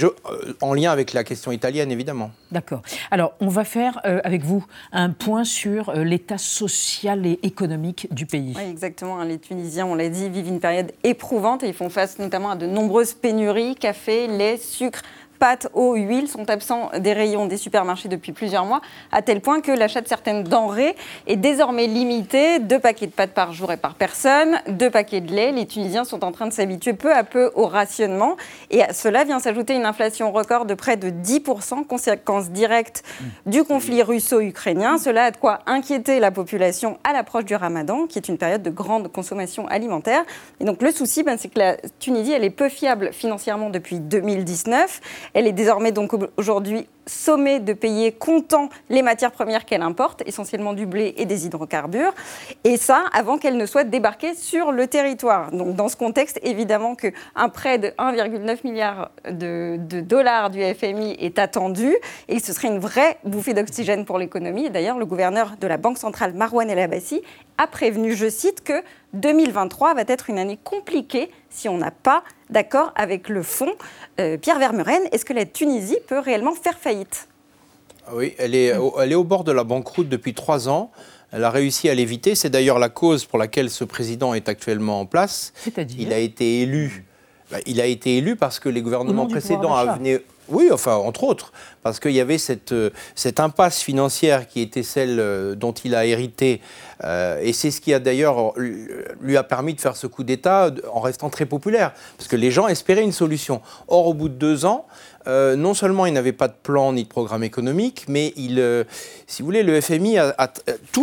en lien avec la question italienne, évidemment. D'accord. Alors, on va faire avec vous un point sur l'état social et économique du pays. Oui, exactement. Les Tunisiens, on l'a dit, vivent une période éprouvante et ils font face notamment à de nombreuses pénuries, café, lait, sucre, pâtes, eau, huile sont absents des rayons des supermarchés depuis plusieurs mois, à tel point que l'achat de certaines denrées est désormais limité. 2 paquets de pâtes par jour et par personne, 2 paquets de lait. Les Tunisiens sont en train de s'habituer peu à peu au rationnement. Et à cela vient s'ajouter une inflation record de près de 10%, conséquence directe du conflit russo-ukrainien. Cela a de quoi inquiéter la population à l'approche du Ramadan, qui est une période de grande consommation alimentaire. Et donc le souci, c'est que la Tunisie, elle est peu fiable financièrement depuis 2019. Elle est désormais donc aujourd'hui sommée de payer comptant les matières premières qu'elle importe, essentiellement du blé et des hydrocarbures, et ça avant qu'elle ne soit débarquée sur le territoire. Donc dans ce contexte, évidemment qu'un prêt de 1,9 milliard de dollars du FMI est attendu, et ce serait une vraie bouffée d'oxygène pour l'économie. Et d'ailleurs, le gouverneur de la Banque centrale, Marouane El Abbassi, a prévenu, je cite, que 2023 va être une année compliquée si on n'a pas d'accord avec le fonds. Pierre Vermeuren, est-ce que la Tunisie peut réellement faire faillite ? Oui, elle est au bord de la banqueroute depuis 3 ans. Elle a réussi à l'éviter. C'est d'ailleurs la cause pour laquelle ce président est actuellement en place. C'est-à-dire ? Il a été élu Il a été élu parce que les gouvernements précédents venaient... Oui, enfin, entre autres, parce qu'il y avait cette impasse financière qui était celle dont il a hérité, et c'est ce qui a d'ailleurs lui a permis de faire ce coup d'État en restant très populaire, parce que les gens espéraient une solution. Or, au bout de 2 ans, non seulement il n'avait pas de plan ni de programme économique, mais si vous voulez, le FMI tous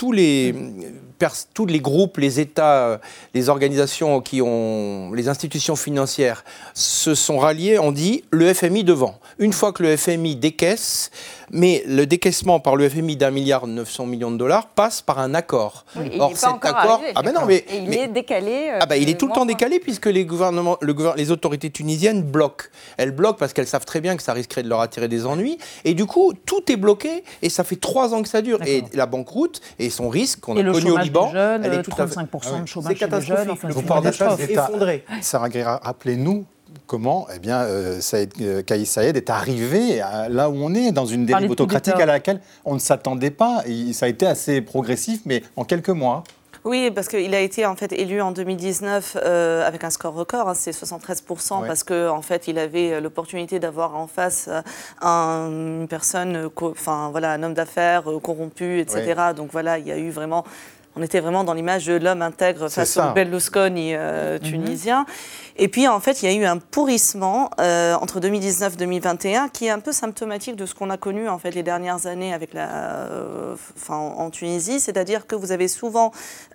les groupes, les États, les organisations les institutions financières se sont ralliés, ont dit le FMI devant. Une fois que le FMI décaisse, mais le décaissement par le FMI d'1,9 milliard passe par un accord. Oui, or, cet accord, il est décalé. Il est tout le temps décalé puisque les autorités tunisiennes bloquent. Elles bloquent parce qu'elles savent très bien que ça risquerait de leur attirer des ennuis. Et du coup, tout est bloqué et ça fait 3 ans que ça dure. Et la banqueroute et son risque qu'on a connu au Liban, elle est tout 35% de chômage chez les jeunes. Vous parlez effondré. Sarah Guerra, rappelez-nous comment Kais Saied est arrivé là où on est, dans une dérive autocratique à laquelle on ne s'attendait pas. Ça a été assez progressif, mais en quelques mois. Oui, parce qu'il a été en fait élu en 2019 avec un score record, c'est 73%, parce que en fait il avait l'opportunité d'avoir en face une personne, un homme d'affaires corrompu, etc. Ouais. Donc voilà, il y a eu vraiment, on était vraiment dans l'image de l'homme intègre face au Berlusconi tunisien. Et puis, en fait, il y a eu un pourrissement entre 2019 et 2021 qui est un peu symptomatique de ce qu'on a connu en fait, les dernières années avec en Tunisie. C'est-à-dire que vous avez souvent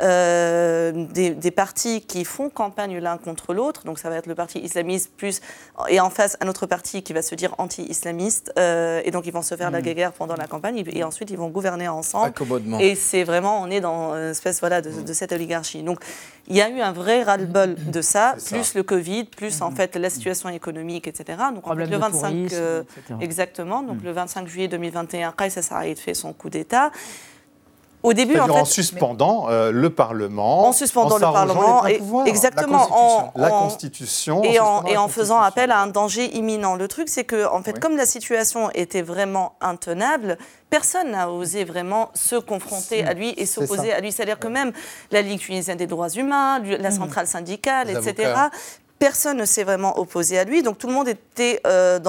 des partis qui font campagne l'un contre l'autre. Donc, ça va être le parti islamiste et en face, un autre parti qui va se dire anti-islamiste. Et donc, ils vont se faire la guerre pendant la campagne. Et ensuite, ils vont gouverner ensemble. Accommodement. Et c'est vraiment, on est dans une espèce de cette oligarchie. Donc, il y a eu un vrai ras-le-bol de ça, plus le Covid, plus en fait la situation économique, etc. Donc en fait, le 25 exactement, donc le 25 juillet 2021, Kais Saied fait son coup d'État. Au début, en suspendant le Parlement, en suspendant le Parlement, exactement, la Constitution, et en faisant appel à un danger imminent. Le truc, c'est que en fait, comme la situation était vraiment intenable, personne n'a osé vraiment se confronter à lui et s'opposer à lui. C'est-à-dire que même la Ligue tunisienne des droits humains, la centrale syndicale, etc. Personne ne s'est vraiment opposé à lui, donc tout le monde était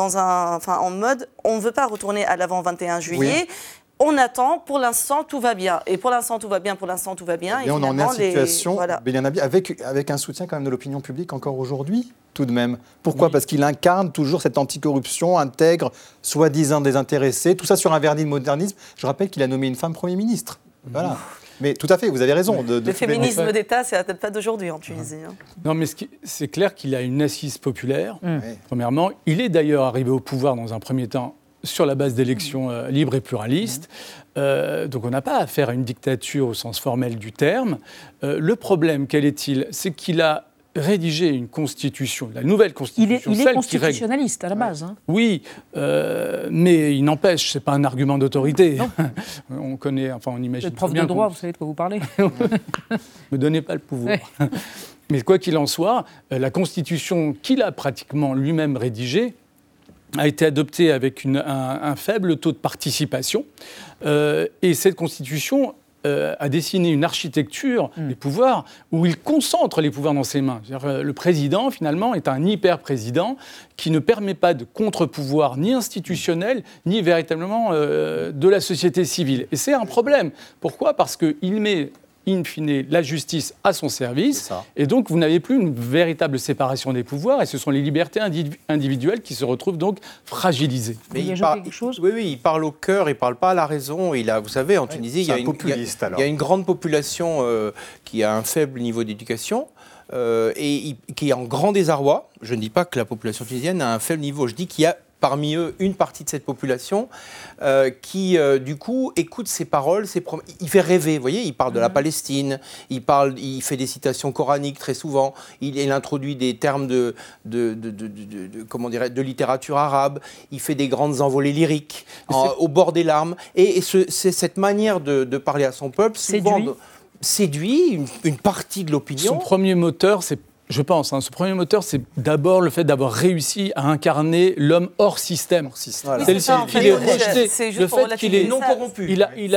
en mode on ne veut pas retourner à l'avant 21 juillet. Oui. On attend, pour l'instant, tout va bien. Et pour l'instant, tout va bien, Et on en est en situation, Belianabi, avec un soutien quand même de l'opinion publique encore aujourd'hui, tout de même. Pourquoi ? Parce qu'il incarne toujours cette anticorruption, intègre, soi-disant désintéressé, tout ça sur un vernis de modernisme. Je rappelle qu'il a nommé une femme Premier ministre. Voilà. Mais tout à fait, vous avez raison. Le féminisme d'État, c'est peut-être pas d'aujourd'hui en Tunisie. Non, mais c'est clair qu'il a une assise populaire, premièrement. Il est d'ailleurs arrivé au pouvoir dans un premier temps sur la base d'élections libres et pluralistes. Donc on n'a pas affaire à une dictature au sens formel du terme. Le problème, quel est-il ? C'est qu'il a rédigé une constitution, la nouvelle constitution. Il est constitutionnaliste à la base. Hein. Oui, mais il n'empêche, c'est pas un argument d'autorité. On connaît, on imagine. Vous êtes prof de droit, vous savez de quoi vous parlez. Ne donnez pas le pouvoir. Ouais. Mais quoi qu'il en soit, la constitution qu'il a pratiquement lui-même rédigée a été adoptée avec un faible taux de participation. Et cette constitution a dessiné une architecture des pouvoirs où il concentre les pouvoirs dans ses mains. C'est-à-dire, le président, finalement, est un hyper-président qui ne permet pas de contre-pouvoir ni institutionnel, ni véritablement de la société civile. Et c'est un problème. Pourquoi ? Parce qu'il met in fine, la justice à son service. Et donc, vous n'avez plus une véritable séparation des pouvoirs et ce sont les libertés individuelles qui se retrouvent donc fragilisées. Mais il parle au cœur, il ne parle pas à la raison. Vous savez, en Tunisie, il y a une grande population qui a un faible niveau d'éducation. Et qui est en grand désarroi. Je ne dis pas que la population tunisienne a un faible niveau, je dis qu'il y a parmi eux une partie de cette population qui, du coup, écoute ses paroles, il fait rêver, vous voyez, il parle de la Palestine, il fait des citations coraniques très souvent, il introduit des termes de littérature arabe, il fait des grandes envolées lyriques au bord des larmes, et c'est cette manière de parler à son peuple, souvent séduit une partie de l'opinion. Son premier moteur, c'est Je pense. Ce premier moteur, c'est d'abord le fait d'avoir réussi à incarner l'homme hors système. Voilà. C'est le fait qu'il est rejeté. Le fait qu'il est non corrompu. Il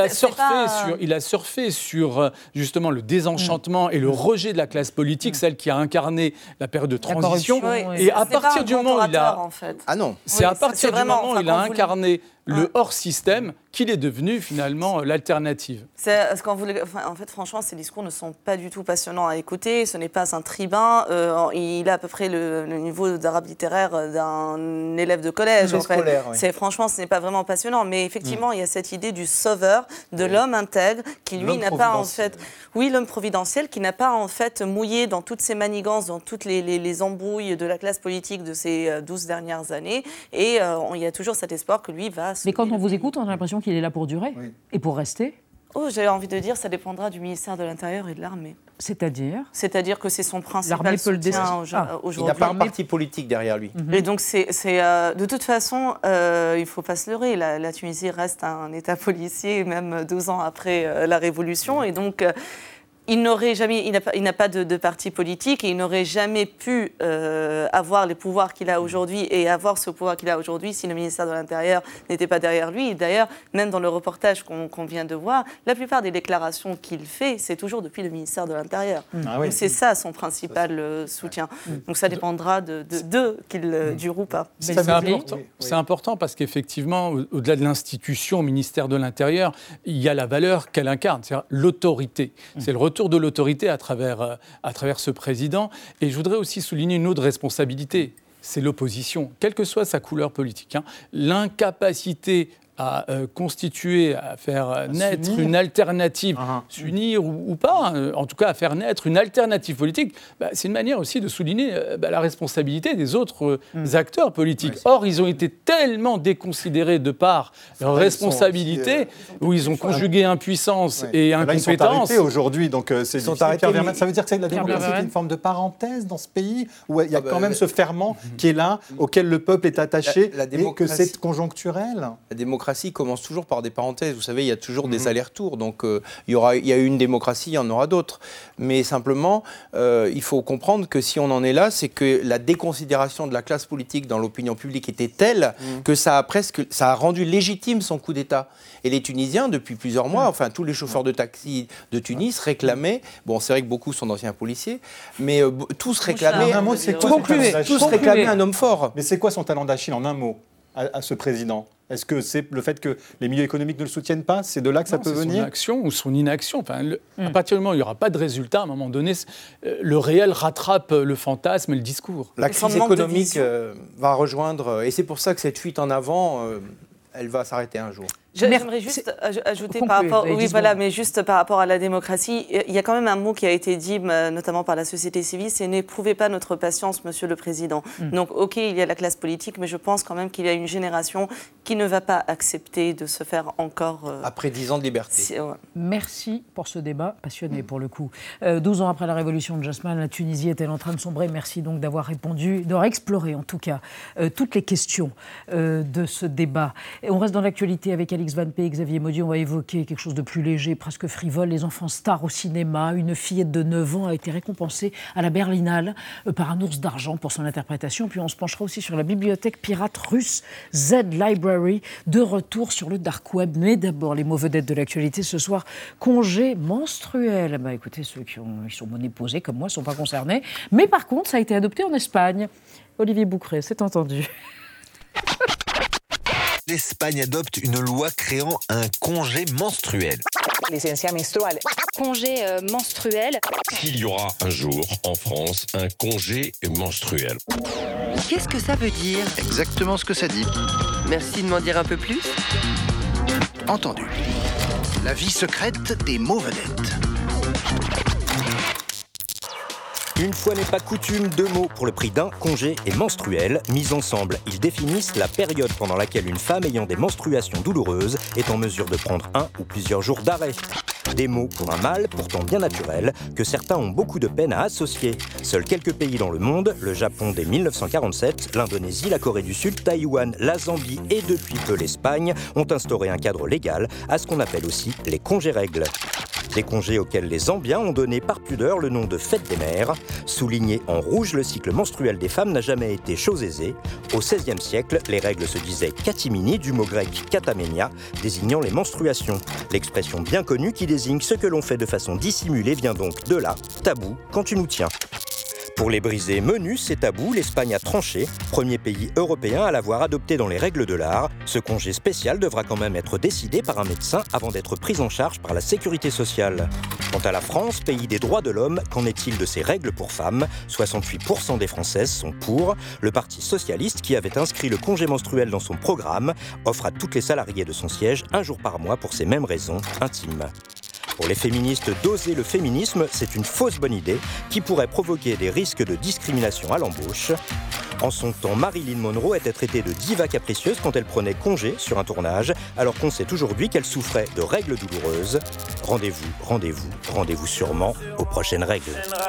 a surfé sur justement le désenchantement et le rejet de la classe politique, celle qui a incarné la période de transition. Et à partir du moment où il a... En fait. Ah non. C'est à partir du moment où il a incarné le hors-système qu'il est devenu finalement l'alternative. En fait, franchement, ces discours ne sont pas du tout passionnants à écouter. Ce n'est pas un tribun. Il a à peu près le niveau d'arabe littéraire d'un élève de collège. En fait. Oui. Franchement, ce n'est pas vraiment passionnant. Mais effectivement, il y a cette idée du sauveur, de l'homme intègre, qui lui n'a pas en fait... Oui, l'homme providentiel, qui n'a pas en fait mouillé dans toutes ces manigances, dans toutes les embrouilles de la classe politique de ces 12 dernières années. Et il y a toujours cet espoir que lui va... Mais quand on vous écoute, on a l'impression qu'il est là pour durer et pour rester. J'avais envie de dire, ça dépendra du ministère de l'Intérieur et de l'Armée. C'est-à-dire ? C'est-à-dire que c'est son principal soutien aujourd'hui. Il n'a pas un parti politique derrière lui. Et donc, de toute façon, il ne faut pas se leurrer. La Tunisie reste un État policier, même 2 ans après la Révolution. Et donc... il n'a pas de parti politique et il n'aurait jamais pu avoir les pouvoirs qu'il a aujourd'hui et avoir ce pouvoir qu'il a aujourd'hui si le ministère de l'Intérieur n'était pas derrière lui. Et d'ailleurs, même dans le reportage qu'on vient de voir, la plupart des déclarations qu'il fait, c'est toujours depuis le ministère de l'Intérieur. Donc c'est ça son principal soutien. Donc ça dépendra d'eux qu'il dure ou pas. C'est important parce qu'effectivement, au-delà de l'institution, au ministère de l'Intérieur, il y a la valeur qu'elle incarne, c'est-à-dire l'autorité. C'est le retour de l'autorité à travers ce président. Et je voudrais aussi souligner une autre responsabilité, c'est l'opposition, quelle que soit sa couleur politique. L'incapacité à constituer, à faire naître une alternative, s'unir ou pas, en tout cas à faire naître une alternative politique, c'est une manière aussi de souligner la responsabilité des autres acteurs politiques. Or, ils ont été tellement déconsidérés de par leur responsabilité, où ils ont conjugué impuissance et incompétence. Ils sont arrêtés aujourd'hui, donc c'est difficile. Ça veut dire que la démocratie est une forme de parenthèse dans ce pays, où il y a quand même ce ferment qui est là, auquel le peuple est attaché, et que c'est conjoncturel. La démocratie commence toujours par des parenthèses. Vous savez, il y a toujours des allers-retours. Donc, il y a eu une démocratie, il y en aura d'autres. Mais simplement, il faut comprendre que si on en est là, c'est que la déconsidération de la classe politique dans l'opinion publique était telle que ça a rendu légitime son coup d'État. Et les Tunisiens, depuis plusieurs mois, enfin tous les chauffeurs de taxi de Tunis réclamaient, bon, c'est vrai que beaucoup sont d'anciens policiers, mais tous réclamaient, un homme fort. Mais c'est quoi son talent d'Achille en un mot à ce président ? Est-ce que c'est le fait que les milieux économiques ne le soutiennent pas ? C'est de là que ça peut venir ? Son action ou son inaction. À partir du moment où il n'y aura pas de résultat, à un moment donné, le réel rattrape le fantasme et le discours. La crise économique va rejoindre, et c'est pour ça que cette fuite en avant, elle va s'arrêter un jour. J'aimerais juste ajouter par rapport à la démocratie, il y a quand même un mot qui a été dit, notamment par la société civile, c'est « n'éprouvez pas notre patience, Monsieur le Président ». Donc, ok, il y a la classe politique, mais je pense quand même qu'il y a une génération qui ne va pas accepter de se faire encore... Après 10 ans de liberté. Merci pour ce débat passionné, pour le coup. 12 ans après la révolution de Jasmin, la Tunisie est-elle en train de sombrer ? Merci donc d'avoir répondu, d'avoir exploré en tout cas toutes les questions de ce débat. Et on reste dans l'actualité avec Alix Van P et Xavier Maudy. On va évoquer quelque chose de plus léger, presque frivole. Les enfants stars au cinéma. Une fillette de 9 ans a été récompensée à la Berlinale par un ours d'argent pour son interprétation. Puis on se penchera aussi sur la bibliothèque pirate russe Z Library, de retour sur le dark web. Mais d'abord, les mots vedettes de l'actualité ce soir. Congé menstruel. Écoutez, ceux qui sont monéposés comme moi ne sont pas concernés. Mais par contre, ça a été adopté en Espagne. Olivier Boucret, c'est entendu. L'Espagne adopte une loi créant un congé menstruel. Licencia menstrual. Congé menstruel. Il y aura un jour, en France, un congé menstruel. Qu'est-ce que ça veut dire ? Exactement ce que ça dit. Merci de m'en dire un peu plus. Entendu. La vie secrète des mots vedettes. Une fois n'est pas coutume, 2 mots pour le prix d'un, congé et menstruel. Mis ensemble, ils définissent la période pendant laquelle une femme ayant des menstruations douloureuses est en mesure de prendre 1 ou plusieurs jours d'arrêt. Des mots pour un mal pourtant bien naturel, que certains ont beaucoup de peine à associer. Seuls quelques pays dans le monde, le Japon dès 1947, l'Indonésie, la Corée du Sud, Taïwan, la Zambie et depuis peu l'Espagne, ont instauré un cadre légal à ce qu'on appelle aussi les congés-règles. Des congés auxquels les Zambiens ont donné par pudeur le nom de fête des mères. Souligné en rouge, le cycle menstruel des femmes n'a jamais été chose aisée. Au XVIe siècle, les règles se disaient katimini, du mot grec kataménia, désignant les menstruations. L'expression bien connue qui désigne ce que l'on fait de façon dissimulée vient donc de là, tabou, quand tu nous tiens. Pour les briser menus, ces tabous, l'Espagne a tranché, premier pays européen à l'avoir adopté dans les règles de l'art. Ce congé spécial devra quand même être décidé par un médecin avant d'être pris en charge par la sécurité sociale. Quant à la France, pays des droits de l'homme, qu'en est-il de ces règles pour femmes ? 68% des Françaises sont pour. Le Parti socialiste, qui avait inscrit le congé menstruel dans son programme, offre à toutes les salariées de son siège un jour par mois pour ces mêmes raisons intimes. Pour les féministes, doser le féminisme, c'est une fausse bonne idée qui pourrait provoquer des risques de discrimination à l'embauche. En son temps, Marilyn Monroe était traitée de diva capricieuse quand elle prenait congé sur un tournage, alors qu'on sait aujourd'hui qu'elle souffrait de règles douloureuses. Rendez-vous sûrement aux prochaines règles.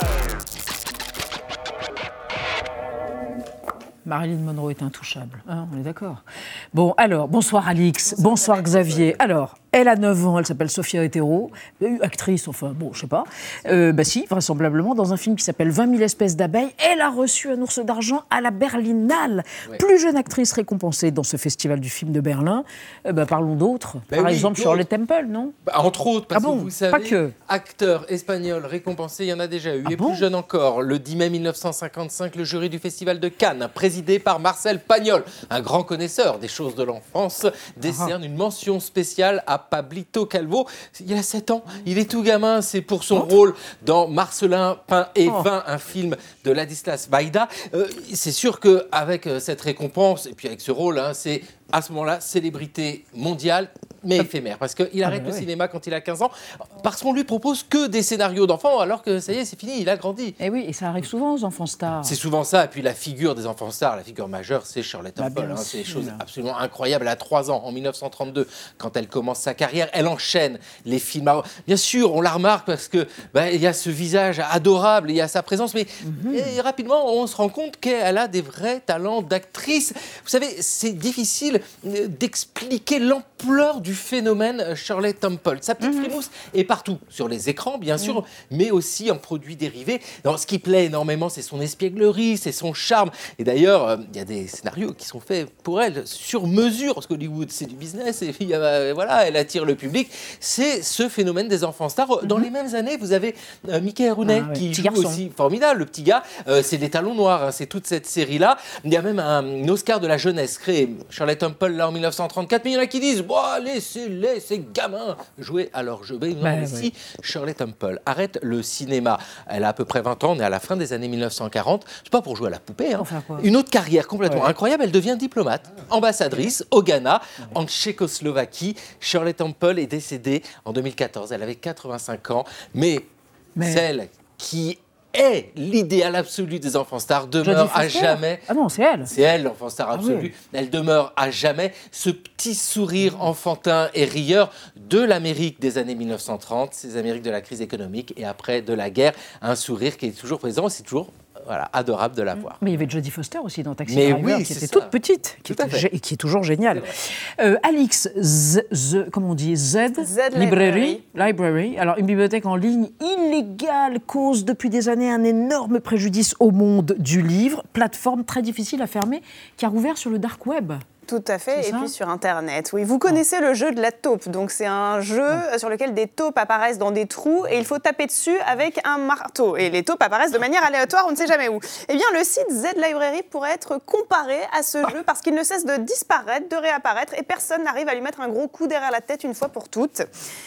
Marilyn Monroe est intouchable, hein, on est d'accord. Bon, alors, bonsoir Alix, bonsoir Xavier. Alors, elle a 9 ans, elle s'appelle Sophia Hétéro, actrice, enfin, bon, je sais pas. Si, vraisemblablement, dans un film qui s'appelle 20 000 espèces d'abeilles, elle a reçu un ours d'argent à la Berlinale. Oui. Plus jeune actrice récompensée dans ce festival du film de Berlin. Parlons d'autres. Par exemple, Shirley Temple, non ? Entre autres, parce que vous savez, pas que. Acteur espagnol récompensé, il y en a déjà eu. Et plus jeune encore, le 10 mai 1955, le jury du festival de Cannes, présidé par Marcel Pagnol, un grand connaisseur des choses de l'enfance, décerne une mention spéciale à Pablito Calvo. Il a 7 ans, il est tout gamin, c'est pour son rôle dans Marcelin, Pain et Vin, un film de Ladislas Baïda. C'est sûr qu'avec cette récompense, et puis avec ce rôle, c'est à ce moment-là, célébrité mondiale, mais éphémère, parce qu'il arrête le cinéma quand il a 15 ans, parce qu'on lui propose que des scénarios d'enfants, alors que ça y est, c'est fini, il a grandi. Et oui, et ça arrive souvent aux enfants stars. C'est souvent ça, et puis la figure des enfants stars, la figure majeure, c'est Shirley Temple. C'est des choses absolument incroyables. Elle a 3 ans, en 1932, quand elle commence sa carrière, elle enchaîne les films. Alors, bien sûr, on la remarque parce que il y a ce visage adorable, il y a sa présence, mais rapidement, on se rend compte qu'elle a des vrais talents d'actrice. Vous savez, c'est difficile d'expliquer l'ampleur du phénomène Shirley Temple. Sa petite frimousse est partout, sur les écrans bien sûr, mais aussi en produits dérivés. Alors, ce qui plaît énormément, c'est son espièglerie, c'est son charme. Et d'ailleurs, il y a des scénarios qui sont faits pour elle sur mesure, parce qu'Hollywood, c'est du business, et puis voilà, elle attire le public. C'est ce phénomène des enfants stars. Dans les mêmes années, vous avez Mickey Rooney qui joue aussi formidable, le petit gars. C'est Les Talons Noirs, c'est toute cette série-là. Il y a même un Oscar de la jeunesse créé, Shirley Temple, là, en 1934, mais il y en a qui disent laissez-les, ces gamins, jouer à leur jeu. Ici, Shirley Temple arrête le cinéma. Elle a à peu près 20 ans, on est à la fin des années 1940. C'est pas pour jouer à la poupée. Une autre carrière complètement incroyable, elle devient diplomate, ambassadrice au Ghana, en Tchécoslovaquie. Shirley Temple est décédée en 2014, elle avait 85 ans, mais celle qui est l'idéal absolu des enfants stars demeure à jamais. Ah non, c'est elle. C'est elle, l'enfant star absolu. Elle demeure à jamais ce petit sourire enfantin et rieur de l'Amérique des années 1930, ces Amériques de la crise économique et après de la guerre. Un sourire qui est toujours présent, c'est toujours adorable de la voir. Mais il y avait Jodie Foster aussi dans Taxi Driver, qui était toute petite, qui est toujours géniale. Alix, comment on dit, Z Library. Alors, une bibliothèque en ligne illégale cause depuis des années un énorme préjudice au monde du livre. Plateforme très difficile à fermer, qui a rouvert sur le dark web. Tout à fait, et puis sur Internet. Oui, vous connaissez le jeu de la taupe. Donc, c'est un jeu sur lequel des taupes apparaissent dans des trous et il faut taper dessus avec un marteau. Et les taupes apparaissent de manière aléatoire, on ne sait jamais où. Eh bien, le site Z Library pourrait être comparé à ce jeu parce qu'il ne cesse de disparaître, de réapparaître et personne n'arrive à lui mettre un gros coup derrière la tête une fois pour toutes.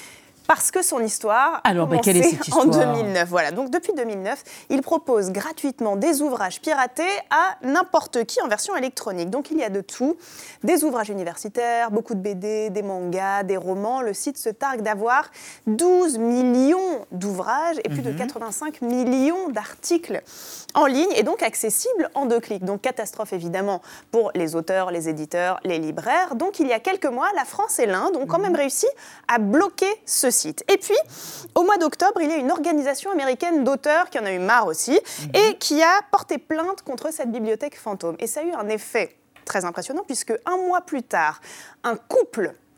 Parce que son histoire a commencé en 2009. Voilà, donc depuis 2009, il propose gratuitement des ouvrages piratés à n'importe qui en version électronique. Donc il y a de tout, des ouvrages universitaires, beaucoup de BD, des mangas, des romans. Le site se targue d'avoir 12 millions d'ouvrages et plus de 85 millions d'articles en ligne et donc accessibles en 2 clics. Donc catastrophe évidemment pour les auteurs, les éditeurs, les libraires. Donc il y a quelques mois, la France et l'Inde ont quand même réussi à bloquer ce site. Et puis, au mois d'octobre, il y a une organisation américaine d'auteurs qui en a eu marre aussi et qui a porté plainte contre cette bibliothèque fantôme. Et ça a eu un effet très impressionnant puisque 1 mois plus tard, un couple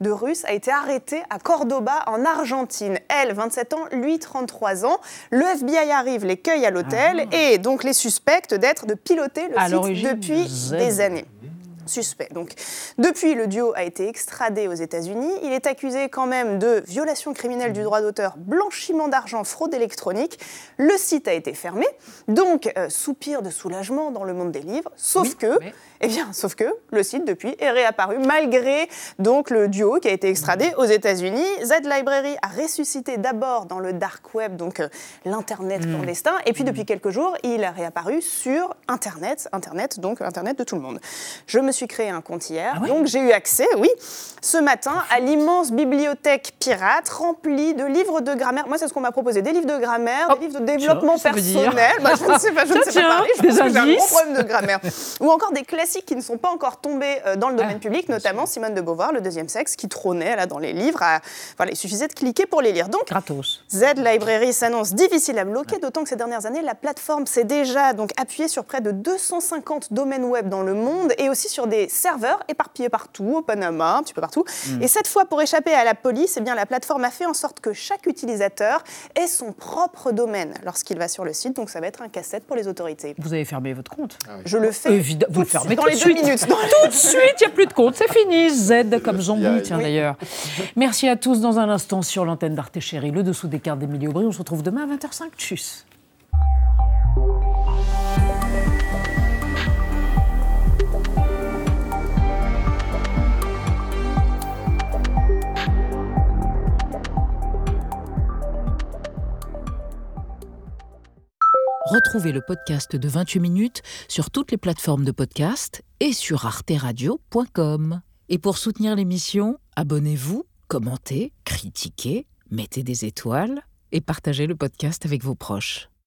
de Russes a été arrêtée à Cordoba, en Argentine. Elle, 27 ans, lui, 33 ans. Le FBI arrive, les cueille à l'hôtel et donc les suspecte de piloter le site depuis des années. Suspect. Donc, depuis, le duo a été extradé aux États-Unis. Il est accusé quand même de violation criminelle du droit d'auteur, blanchiment d'argent, fraude électronique. Le site a été fermé. Donc, soupir de soulagement dans le monde des livres. Sauf que le site, depuis, est réapparu malgré donc, le duo qui a été extradé aux États-Unis. Z Library a ressuscité d'abord dans le dark web, donc l'Internet clandestin. Et puis, depuis quelques jours, il a réapparu sur Internet, donc Internet de tout le monde. Je me suis créé un compte hier, donc j'ai eu accès, ce matin, à l'immense bibliothèque pirate remplie de livres de grammaire. Moi, c'est ce qu'on m'a proposé, des livres de grammaire, des livres de développement personnel. Je ne sais pas parler, je pense que j'ai un gros problème de grammaire. Ou encore des classiques qui ne sont pas encore tombés dans le domaine public, notamment Simone de Beauvoir, Le Deuxième Sexe, qui trônait là, dans les livres. Il suffisait de cliquer pour les lire. Donc, gratos. Z Library s'annonce difficile à bloquer, d'autant que ces dernières années, la plateforme s'est déjà donc, appuyée sur près de 250 domaines web dans le monde et aussi sur des serveurs éparpillés partout, au Panama, un petit peu partout. Et cette fois, pour échapper à la police, la plateforme a fait en sorte que chaque utilisateur ait son propre domaine lorsqu'il va sur le site. Donc, ça va être un casse-tête pour les autorités. Vous avez fermé votre compte? Je le fais. Vous le fermez dans les 2 minutes. Tout de suite, il n'y a plus de compte. C'est fini. Z comme zombie, tiens d'ailleurs. Merci à tous. Dans un instant, sur l'antenne d'Arte Chérie, le dessous des cartes d'Émilie Aubry. On se retrouve demain à 20h05. Tchuss. Retrouvez le podcast de 28 minutes sur toutes les plateformes de podcast et sur arteradio.com. Et pour soutenir l'émission, abonnez-vous, commentez, critiquez, mettez des étoiles et partagez le podcast avec vos proches.